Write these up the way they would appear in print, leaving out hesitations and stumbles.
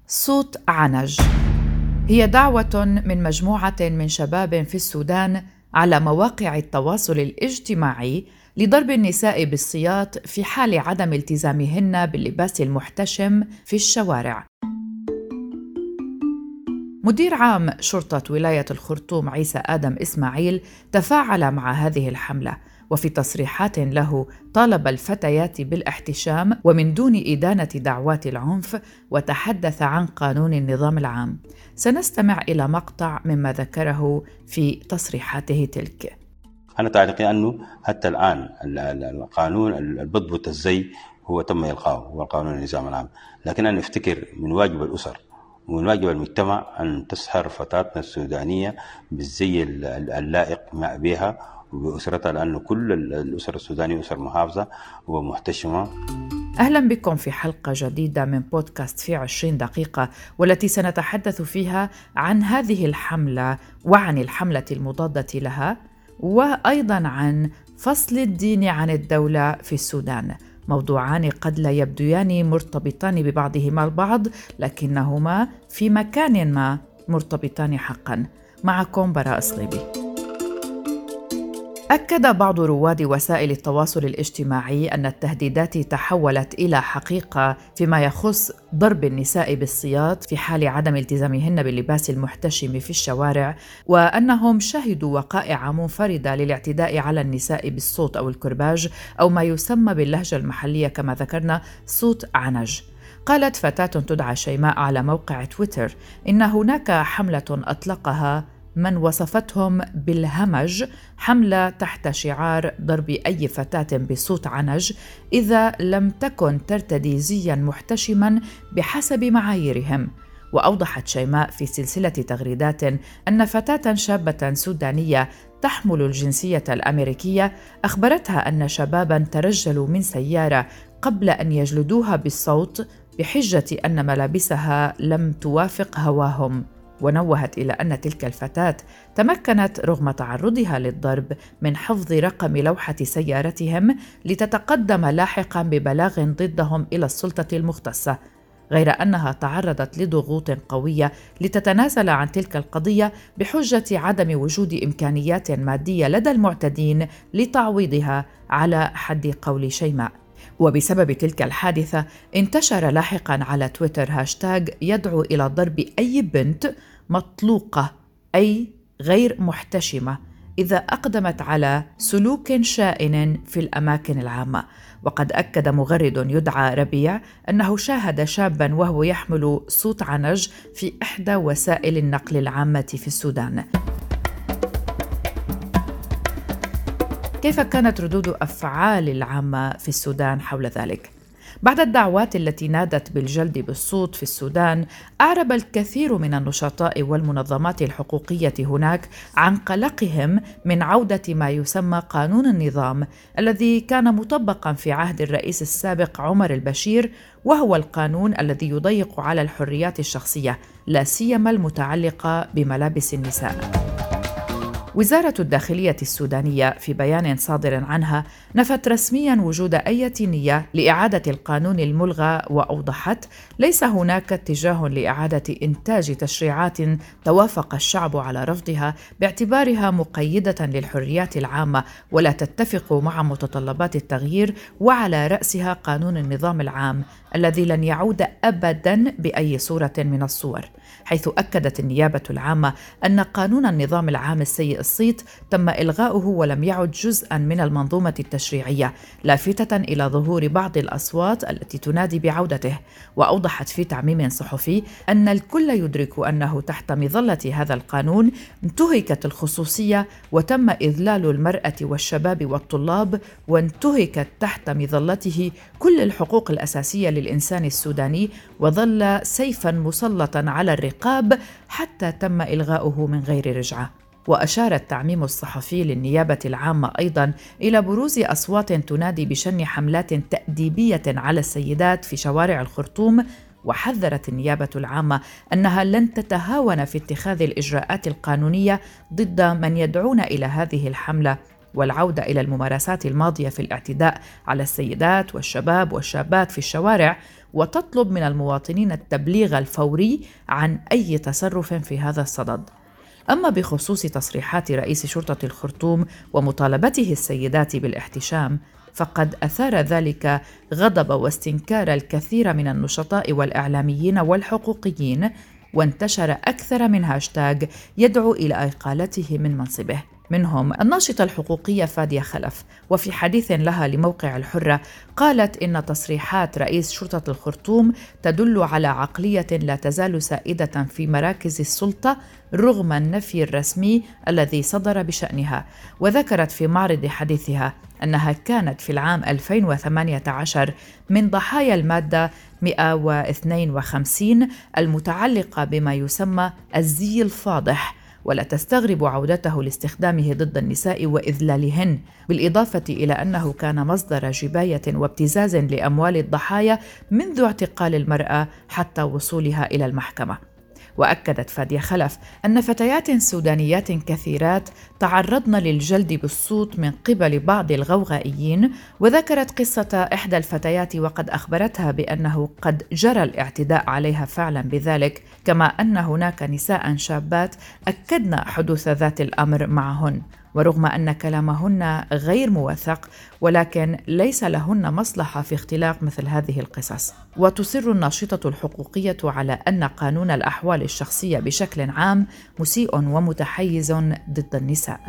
صوت عنج هي دعوة من مجموعة من شباب في السودان على مواقع التواصل الاجتماعي لضرب النساء بالسياط في حال عدم التزامهن باللباس المحتشم في الشوارع. مدير عام شرطة ولاية الخرطوم عيسى آدم إسماعيل تفاعل مع هذه الحملة، وفي تصريحات له طالب الفتيات بالاحتشام ومن دون إدانة دعوات العنف، وتحدث عن قانون النظام العام. سنستمع إلى مقطع مما ذكره في تصريحاته تلك. أنا تعليقي أنه حتى الآن القانون البضبط الزي هو تم إلغائه، هو قانون النظام العام، لكن أنا أفتكر من واجب الأسر ومن واجب المجتمع أن تسهر فتاتنا السودانية بالزي اللائق بها وبأسرتها، لأن كل الأسر السودانية أسر محافظة ومحتشمة. أهلا بكم في حلقة جديدة من بودكاست في 20 دقيقة، والتي سنتحدث فيها عن هذه الحملة وعن الحملة المضادة لها، وأيضا عن فصل الدين عن الدولة في السودان. موضوعان قد لا يبدوان مرتبطان ببعضهما البعض، لكنهما في مكان ما مرتبطان حقا. معكم براء صليبي. أكد بعض رواد وسائل التواصل الاجتماعي أن التهديدات تحولت إلى حقيقة فيما يخص ضرب النساء بالسياط في حال عدم التزامهن باللباس المحتشم في الشوارع، وأنهم شهدوا وقائع منفردة للاعتداء على النساء بالصوت أو الكرباج، أو ما يسمى باللهجة المحلية كما ذكرنا صوت عنج. قالت فتاة تدعى شيماء على موقع تويتر إن هناك حملة أطلقها من وصفتهم بالهمج، حملة تحت شعار ضرب أي فتاة بصوت عنج إذا لم تكن ترتدي زياً محتشماً بحسب معاييرهم. وأوضحت شيماء في سلسلة تغريدات أن فتاة شابة سودانية تحمل الجنسية الأمريكية أخبرتها أن شباباً ترجلوا من سيارة قبل أن يجلدوها بالصوت بحجة أن ملابسها لم توافق هواهم. ونوهت إلى أن تلك الفتاة تمكنت رغم تعرضها للضرب من حفظ رقم لوحة سيارتهم لتتقدم لاحقاً ببلاغ ضدهم إلى السلطة المختصة، غير أنها تعرضت لضغوط قوية لتتنازل عن تلك القضية بحجة عدم وجود إمكانيات مادية لدى المعتدين لتعويضها على حد قول شيماء. وبسبب تلك الحادثة انتشر لاحقاً على تويتر هاشتاغ يدعو إلى ضرب أي بنت مطلوقة أي غير محتشمة إذا أقدمت على سلوك شائن في الأماكن العامة. وقد أكد مغرد يدعى ربيع أنه شاهد شاباً وهو يحمل صوت عنج في إحدى وسائل النقل العامة في السودان. كيف كانت ردود أفعال العامة في السودان حول ذلك؟ بعد الدعوات التي نادت بالجلد بالصوت في السودان، أعرب الكثير من النشطاء والمنظمات الحقوقية هناك عن قلقهم من عودة ما يسمى قانون النظام الذي كان مطبقاً في عهد الرئيس السابق عمر البشير، وهو القانون الذي يضيق على الحريات الشخصية، لا سيما المتعلقة بملابس النساء. وزارة الداخلية السودانية في بيان صادر عنها نفت رسمياً وجود أي نية لإعادة القانون الملغى، وأوضحت: ليس هناك اتجاه لإعادة إنتاج تشريعات توافق الشعب على رفضها باعتبارها مقيدة للحريات العامة ولا تتفق مع متطلبات التغيير، وعلى رأسها قانون النظام العام الذي لن يعود أبداً بأي صورة من الصور. حيث أكدت النيابة العامة أن قانون النظام العام السيء الصيت تم إلغاؤه ولم يعد جزءاً من المنظومة التشريعية، لافتة إلى ظهور بعض الأصوات التي تنادي بعودته. وأوضحت في تعميم صحفي أن الكل يدرك أنه تحت مظلة هذا القانون انتهكت الخصوصية وتم إذلال المرأة والشباب والطلاب، وانتهكت تحت مظلته كل الحقوق الأساسية للإنسان السوداني، وظل سيفاً مسلطاً على الرقاب حتى تم إلغاؤه من غير رجعة. وأشار التعميم الصحفي للنيابة العامة أيضاً إلى بروز أصوات تنادي بشن حملات تأديبية على السيدات في شوارع الخرطوم، وحذرت النيابة العامة أنها لن تتهاون في اتخاذ الإجراءات القانونية ضد من يدعون إلى هذه الحملة والعودة إلى الممارسات الماضية في الاعتداء على السيدات والشباب والشابات في الشوارع، وتطلب من المواطنين التبليغ الفوري عن أي تصرف في هذا الصدد. أما بخصوص تصريحات رئيس شرطة الخرطوم ومطالبته السيدات بالاحتشام، فقد أثار ذلك غضب واستنكار الكثير من النشطاء والإعلاميين والحقوقيين، وانتشر أكثر من هاشتاغ يدعو إلى إقالته من منصبه. منهم الناشطة الحقوقية فادية خلف، وفي حديث لها لموقع الحرة قالت إن تصريحات رئيس شرطة الخرطوم تدل على عقلية لا تزال سائدة في مراكز السلطة رغم النفي الرسمي الذي صدر بشأنها. وذكرت في معرض حديثها أنها كانت في العام 2018 من ضحايا المادة 152 المتعلقة بما يسمى الزي الفاضح، ولا تستغرب عودته لاستخدامه ضد النساء وإذلالهن، بالإضافة إلى أنه كان مصدر جباية وابتزاز لأموال الضحايا منذ اعتقال المرأة حتى وصولها إلى المحكمة. وأكدت فادية خلف أن فتيات سودانيات كثيرات تعرضن للجلد بالصوت من قبل بعض الغوغائيين، وذكرت قصة إحدى الفتيات وقد أخبرتها بأنه قد جرى الاعتداء عليها فعلا بذلك، كما أن هناك نساء شابات أكدن حدوث ذات الأمر معهن، ورغم أن كلامهن غير موثق ولكن ليس لهن مصلحة في اختلاق مثل هذه القصص. وتصر الناشطة الحقوقية على أن قانون الأحوال الشخصية بشكل عام مسيء ومتحيز ضد النساء.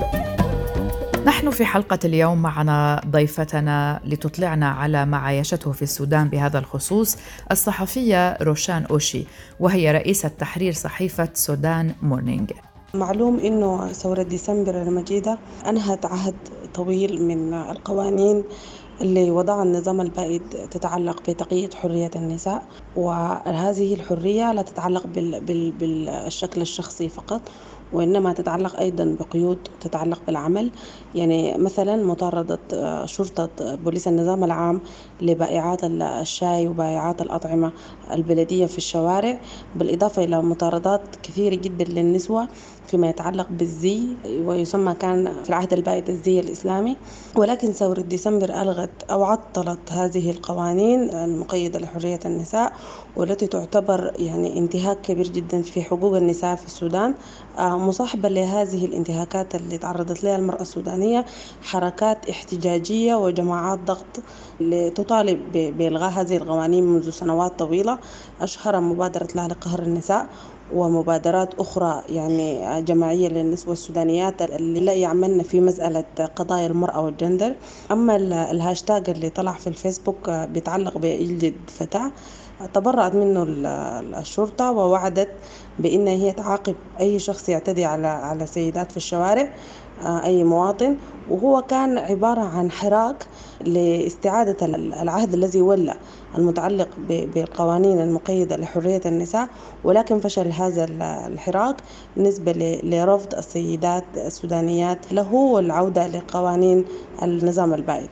نحن في حلقة اليوم معنا ضيفتنا لتطلعنا على ما عايشته في السودان بهذا الخصوص الصحفية روشان أوشي، وهي رئيسة تحرير صحيفة سودان مورنينج. معلوم إنه ثورة ديسمبر المجيدة أنهت عهد طويل من القوانين اللي وضع النظام البائد تتعلق بتقييد حرية النساء، وهذه الحرية لا تتعلق بالشكل الشخصي فقط، وإنما تتعلق أيضا بقيود تتعلق بالعمل. يعني مثلا مطاردة شرطة بوليس النظام العام لبائعات الشاي وبائعات الأطعمة البلدية في الشوارع، بالإضافة إلى مطاردات كثيرة جدا للنسوة فيما يتعلق بالزي، ويسمى كان في العهد البائد الزي الإسلامي. ولكن ثورة ديسمبر ألغت أو عطلت هذه القوانين المقيدة لحرية النساء، والتي تعتبر يعني انتهاك كبير جدا في حقوق النساء في السودان. مصاحبة لهذه الانتهاكات اللي تعرضت لها المرأة السودانية حركات احتجاجية وجماعات ضغط لتطالب بإلغاء هذه القوانين منذ سنوات طويلة، أشهر مبادرة لا لقهر النساء ومبادرات أخرى يعني جماعية للنسوة السودانيات اللي لا يعملن في مسألة قضايا المرأة والجندر. أما الهاشتاج اللي طلع في الفيسبوك بيتعلق بإجلد فتاة، تبرأت منه الشرطة ووعدت بأن هي تعاقب أي شخص يعتدي على سيدات في الشوارع، أي مواطن. وهو كان عبارة عن حراك لاستعادة العهد الذي ولى المتعلق بالقوانين المقيدة لحرية النساء، ولكن فشل هذا الحراك بالنسبة لرفض السيدات السودانيات له والعودة لقوانين النظام البائد.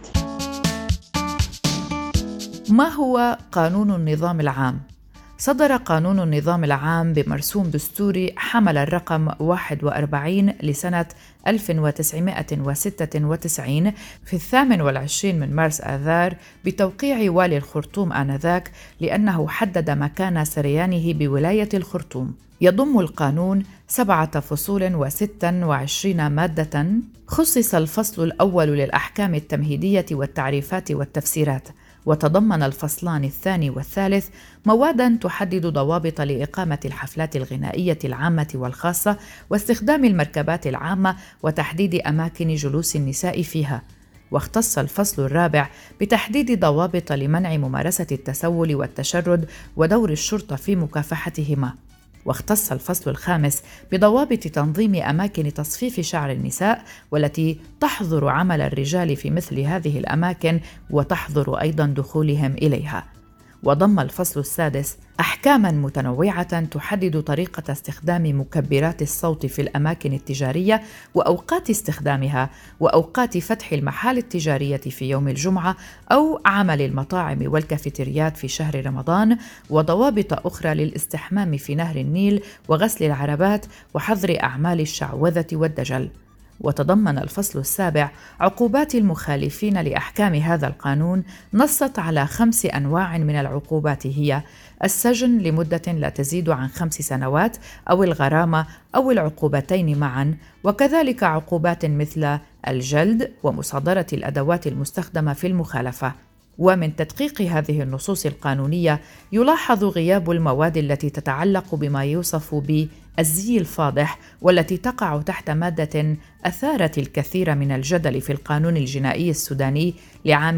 ما هو قانون النظام العام؟ صدر قانون النظام العام بمرسوم دستوري حمل الرقم 41 لسنة 1996 في 28 من مارس آذار بتوقيع والي الخرطوم آنذاك، لأنه حدد مكان سريانه بولاية الخرطوم. يضم القانون 7 فصول و26 مادة. خصص الفصل الأول للأحكام التمهيدية والتعريفات والتفسيرات، وتضمن الفصلان الثاني والثالث موادا تحدد ضوابط لإقامة الحفلات الغنائية العامة والخاصة واستخدام المركبات العامة وتحديد أماكن جلوس النساء فيها. واختص الفصل الرابع بتحديد ضوابط لمنع ممارسة التسول والتشرد ودور الشرطة في مكافحتهما. واختص الفصل الخامس بضوابط تنظيم أماكن تصفيف شعر النساء، والتي تحظر عمل الرجال في مثل هذه الأماكن وتحظر أيضاً دخولهم إليها. وضم الفصل السادس أحكاماً متنوعة تحدد طريقة استخدام مكبرات الصوت في الأماكن التجارية وأوقات استخدامها، وأوقات فتح المحال التجارية في يوم الجمعة أو عمل المطاعم والكافيتريات في شهر رمضان، وضوابط أخرى للاستحمام في نهر النيل وغسل العربات وحظر أعمال الشعوذة والدجل. وتضمن الفصل السابع عقوبات المخالفين لأحكام هذا القانون. نصت على 5 أنواع من العقوبات، هي السجن لمدة لا تزيد عن 5 سنوات، أو الغرامة، أو العقوبتين معا، وكذلك عقوبات مثل الجلد ومصادرة الأدوات المستخدمة في المخالفة. ومن تدقيق هذه النصوص القانونية يلاحظ غياب المواد التي تتعلق بما يوصف بالزي الفاضح، والتي تقع تحت مادة أثارت الكثير من الجدل في القانون الجنائي السوداني لعام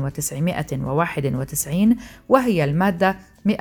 1991، وهي المادة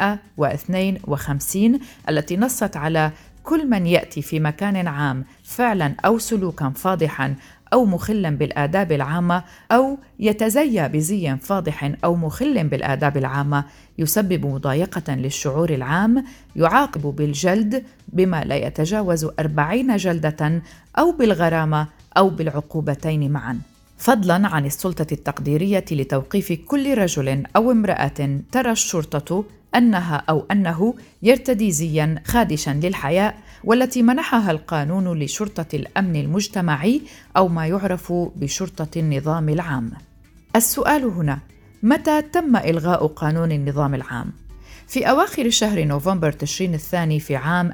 152 التي نصت على كل من يأتي في مكان عام فعلاً أو سلوكاً فاضحاً أو مخلاً بالآداب العامة، أو يتزيى بزي فاضح أو مخل بالآداب العامة يسبب مضايقة للشعور العام، يعاقب بالجلد بما لا يتجاوز 40 جلدة، أو بالغرامة، أو بالعقوبتين معاً. فضلاً عن السلطة التقديرية لتوقيف كل رجل أو امرأة ترى الشرطة أنها أو أنه يرتدي زياً خادشاً للحياء، والتي منحها القانون لشرطة الأمن المجتمعي أو ما يعرف بشرطة النظام العام. السؤال هنا: متى تم إلغاء قانون النظام العام؟ في أواخر شهر نوفمبر تشرين الثاني في عام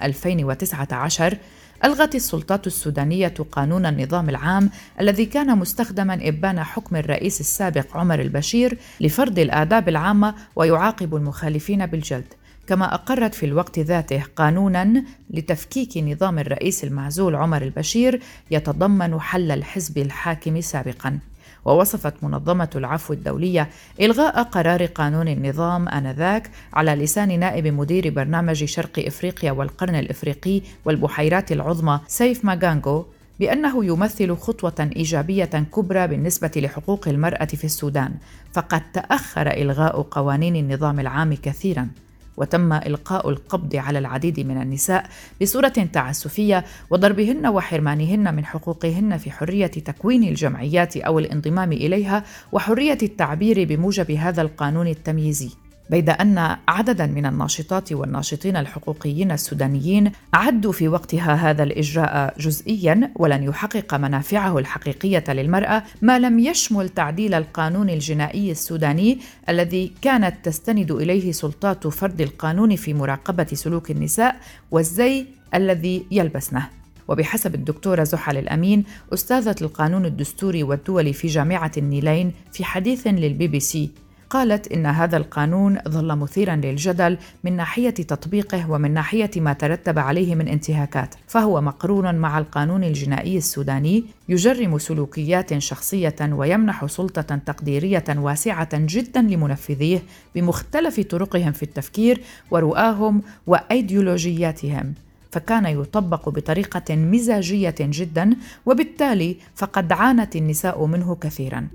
2019 ألغت السلطات السودانية قانون النظام العام الذي كان مستخدماً إبان حكم الرئيس السابق عمر البشير لفرض الآداب العامة ويعاقب المخالفين بالجلد، كما أقرت في الوقت ذاته قانوناً لتفكيك نظام الرئيس المعزول عمر البشير يتضمن حل الحزب الحاكم سابقاً. ووصفت منظمة العفو الدولية إلغاء قرار قانون النظام آنذاك على لسان نائب مدير برنامج شرق إفريقيا والقرن الإفريقي والبحيرات العظمى سيف ماغانغو بأنه يمثل خطوة إيجابية كبرى بالنسبة لحقوق المرأة في السودان، فقد تأخر إلغاء قوانين النظام العام كثيراً، وتم إلقاء القبض على العديد من النساء بصورة تعسفية وضربهن وحرمانهن من حقوقهن في حرية تكوين الجمعيات أو الانضمام إليها وحرية التعبير بموجب هذا القانون التمييزي. بيد أن عدداً من الناشطات والناشطين الحقوقيين السودانيين عدوا في وقتها هذا الإجراء جزئياً ولن يحقق منافعه الحقيقية للمرأة ما لم يشمل تعديل القانون الجنائي السوداني الذي كانت تستند إليه سلطات فرض القانون في مراقبة سلوك النساء والزي الذي يلبسنه. وبحسب الدكتورة زحل الأمين أستاذة القانون الدستوري والدولي في جامعة النيلين في حديث للBBC، قالت إن هذا القانون ظل مثيراً للجدل من ناحية تطبيقه ومن ناحية ما ترتب عليه من انتهاكات، فهو مقرون مع القانون الجنائي السوداني، يجرم سلوكيات شخصية ويمنح سلطة تقديرية واسعة جداً لمنفذيه بمختلف طرقهم في التفكير ورؤاهم وأيديولوجياتهم، فكان يطبق بطريقة مزاجية جداً، وبالتالي فقد عانت النساء منه كثيراً.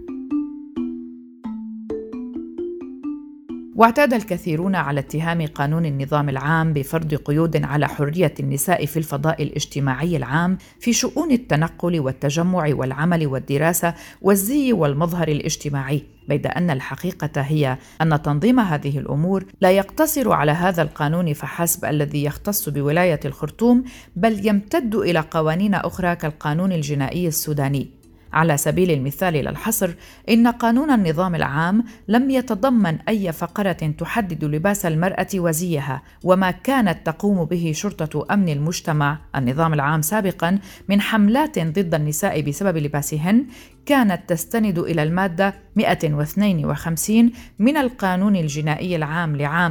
واعتاد الكثيرون على اتهام قانون النظام العام بفرض قيود على حرية النساء في الفضاء الاجتماعي العام في شؤون التنقل والتجمع والعمل والدراسة والزي والمظهر الاجتماعي، بيد أن الحقيقة هي أن تنظيم هذه الأمور لا يقتصر على هذا القانون فحسب الذي يختص بولاية الخرطوم، بل يمتد إلى قوانين أخرى كالقانون الجنائي السوداني. على سبيل المثال للحصر، إن قانون النظام العام لم يتضمن أي فقرة تحدد لباس المرأة وزيها، وما كانت تقوم به شرطة أمن المجتمع النظام العام سابقاً من حملات ضد النساء بسبب لباسهن كانت تستند إلى المادة 152 من القانون الجنائي العام لعام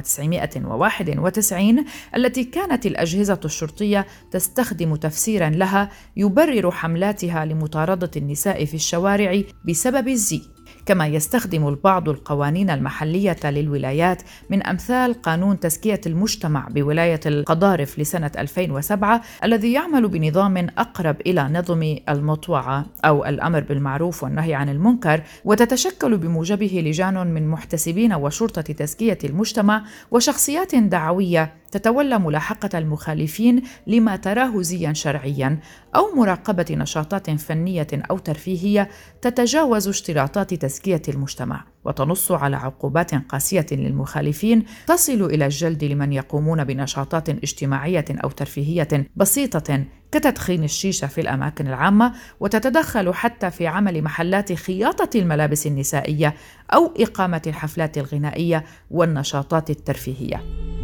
1991 التي كانت الأجهزة الشرطية تستخدم تفسيراً لها يبرر حملاتها لمطاردة النساء في الشوارع بسبب الزي، كما يستخدم البعض القوانين المحلية للولايات من أمثال قانون تزكية المجتمع بولاية القضارف لسنة 2007 الذي يعمل بنظام أقرب إلى نظم المطوعة أو الأمر بالمعروف والنهي عن المنكر، وتتشكل بموجبه لجان من محتسبين وشرطة تزكية المجتمع وشخصيات دعوية تتولى ملاحقة المخالفين لما تراه زياً شرعياً أو مراقبة نشاطات فنية أو ترفيهية تتجاوز اشتراطات تزكية تزكية المجتمع، وتنص على عقوبات قاسية للمخالفين تصل إلى الجلد لمن يقومون بنشاطات اجتماعية أو ترفيهية بسيطة كتدخين الشيشة في الأماكن العامة، وتتدخل حتى في عمل محلات خياطة الملابس النسائية أو إقامة الحفلات الغنائية والنشاطات الترفيهية.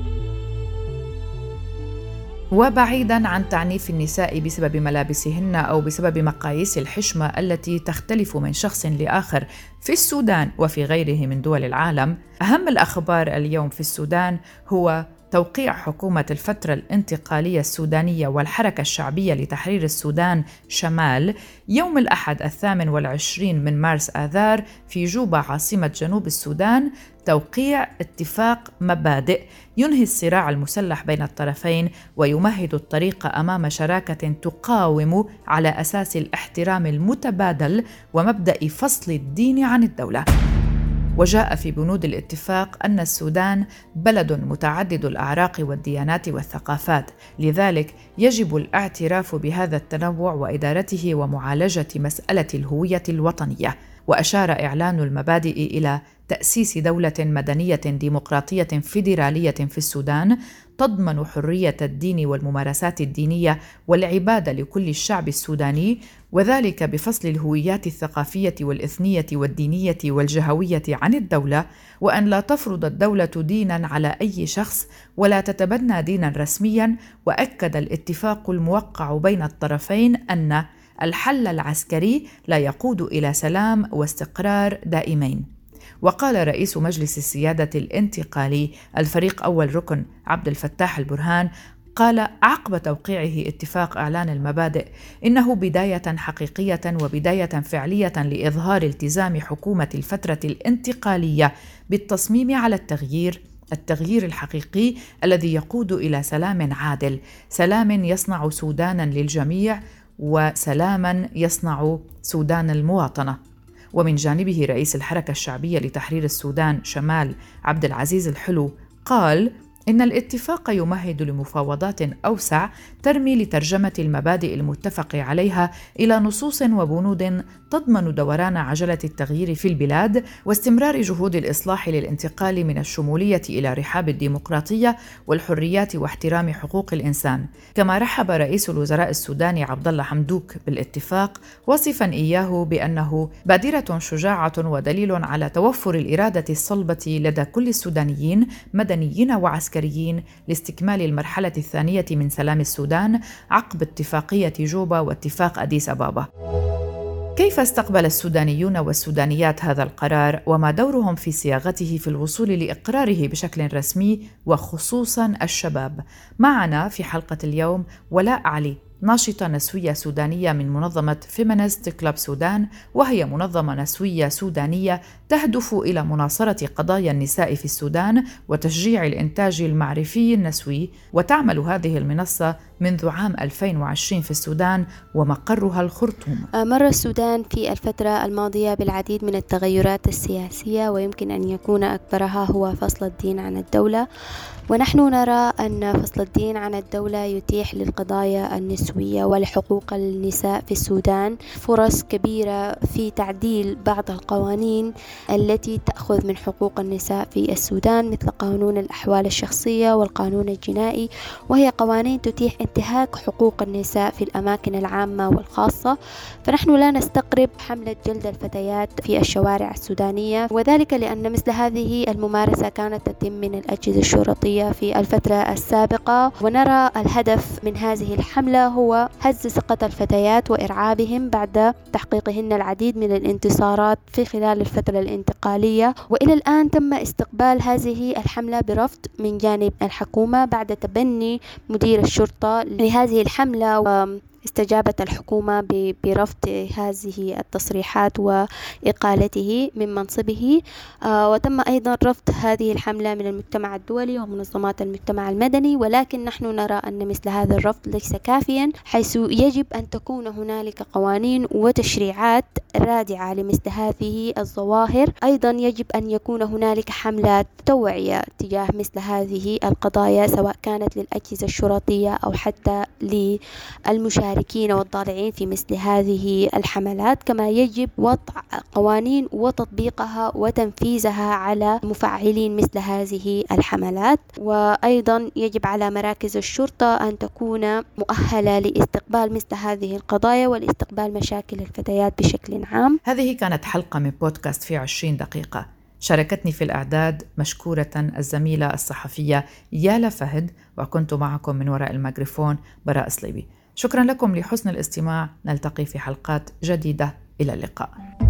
وبعيداً عن تعنيف النساء بسبب ملابسهن أو بسبب مقاييس الحشمة التي تختلف من شخص لآخر في السودان وفي غيره من دول العالم، أهم الأخبار اليوم في السودان هو توقيع حكومة الفترة الانتقالية السودانية والحركة الشعبية لتحرير السودان شمال يوم الأحد 28 من مارس آذار في جوبا عاصمة جنوب السودان توقيع اتفاق مبادئ ينهي الصراع المسلح بين الطرفين ويمهد الطريق أمام شراكة تقاوم على أساس الاحترام المتبادل ومبدأ فصل الدين عن الدولة. وجاء في بنود الاتفاق أن السودان بلد متعدد الأعراق والديانات والثقافات، لذلك يجب الاعتراف بهذا التنوع وإدارته ومعالجة مسألة الهوية الوطنية. وأشار إعلان المبادئ إلى تأسيس دولة مدنية ديمقراطية فيدرالية في السودان تضمن حرية الدين والممارسات الدينية والعبادة لكل الشعب السوداني، وذلك بفصل الهويات الثقافية والإثنية والدينية والجهوية عن الدولة، وأن لا تفرض الدولة ديناً على أي شخص ولا تتبنى ديناً رسمياً. وأكد الاتفاق الموقع بين الطرفين أن الحل العسكري لا يقود إلى سلام واستقرار دائمين. وقال رئيس مجلس السيادة الانتقالي الفريق أول ركن عبد الفتاح البرهان قال عقب توقيعه اتفاق إعلان المبادئ إنه بداية حقيقية وبداية فعلية لإظهار التزام حكومة الفترة الانتقالية بالتصميم على التغيير الحقيقي الذي يقود إلى سلام عادل، سلام يصنع سودانا للجميع وسلاما يصنع سودان المواطنة. ومن جانبه رئيس الحركة الشعبية لتحرير السودان شمال عبد العزيز الحلو قال إن الاتفاق يمهد لمفاوضات أوسع ترمي لترجمة المبادئ المتفق عليها إلى نصوص وبنود تضمن دوران عجلة التغيير في البلاد واستمرار جهود الإصلاح للانتقال من الشمولية إلى رحاب الديمقراطية والحريات واحترام حقوق الإنسان. كما رحب رئيس الوزراء السوداني عبد الله حمدوك بالاتفاق، وصفا إياه بأنه بادرة شجاعة ودليل على توفر الإرادة الصلبة لدى كل السودانيين مدنيين وعسكريين لاستكمال المرحلة الثانية من سلام السودان عقب اتفاقية جوبا واتفاق أديس أبابا. كيف استقبل السودانيون والسودانيات هذا القرار وما دورهم في صياغته في الوصول لإقراره بشكل رسمي وخصوصاً الشباب؟ معنا في حلقة اليوم ولاء علي، ناشطة نسوية سودانية من منظمة فيمينست كلاب سودان، وهي منظمة نسوية سودانية تهدف إلى مناصرة قضايا النساء في السودان وتشجيع الإنتاج المعرفي النسوي، وتعمل هذه المنصة منذ عام 2020 في السودان ومقرها الخرطوم. مر السودان في الفترة الماضية بالعديد من التغيرات السياسية، ويمكن أن يكون أكبرها هو فصل الدين عن الدولة، ونحن نرى أن فصل الدين عن الدولة يتيح للقضايا النسوية ولحقوق النساء في السودان فرص كبيرة في تعديل بعض القوانين التي تأخذ من حقوق النساء في السودان، مثل قانون الأحوال الشخصية والقانون الجنائي، وهي قوانين تتيح انتهاك حقوق النساء في الأماكن العامة والخاصة. فنحن لا نستغرب حملة جلد الفتيات في الشوارع السودانية، وذلك لأن مثل هذه الممارسة كانت تتم من الأجهزة الشرطية في الفترة السابقة، ونرى الهدف من هذه الحملة هو هز ثقة الفتيات وإرعابهم بعد تحقيقهن العديد من الانتصارات في خلال الفترة الانتقالية. وإلى الآن تم استقبال هذه الحملة برفض من جانب الحكومة بعد تبني مدير الشرطة لهذه الحملة، استجابت الحكومة برفض هذه التصريحات وإقالته من منصبه، وتم أيضا رفض هذه الحملة من المجتمع الدولي ومنظمات المجتمع المدني. ولكن نحن نرى أن مثل هذا الرفض ليس كافيا، حيث يجب أن تكون هنالك قوانين وتشريعات رادعة لمثل هذه الظواهر. أيضا يجب أن يكون هنالك حملات توعية تجاه مثل هذه القضايا، سواء كانت للأجهزة الشرطية أو حتى للمشاركين المشاركين والضالعين في مثل هذه الحملات، كما يجب وضع قوانين وتطبيقها وتنفيذها على مفعلين مثل هذه الحملات. وأيضا يجب على مراكز الشرطة أن تكون مؤهلة لاستقبال مثل هذه القضايا والاستقبال مشاكل الفتيات بشكل عام. هذه كانت حلقة من بودكاست في 20 دقيقة. شاركتني في الإعداد مشكورة الزميلة الصحفية يالا فهد، وكنت معكم من وراء الميكروفون براء صليبي. شكرا لكم لحسن الاستماع، نلتقي في حلقات جديدة، إلى اللقاء.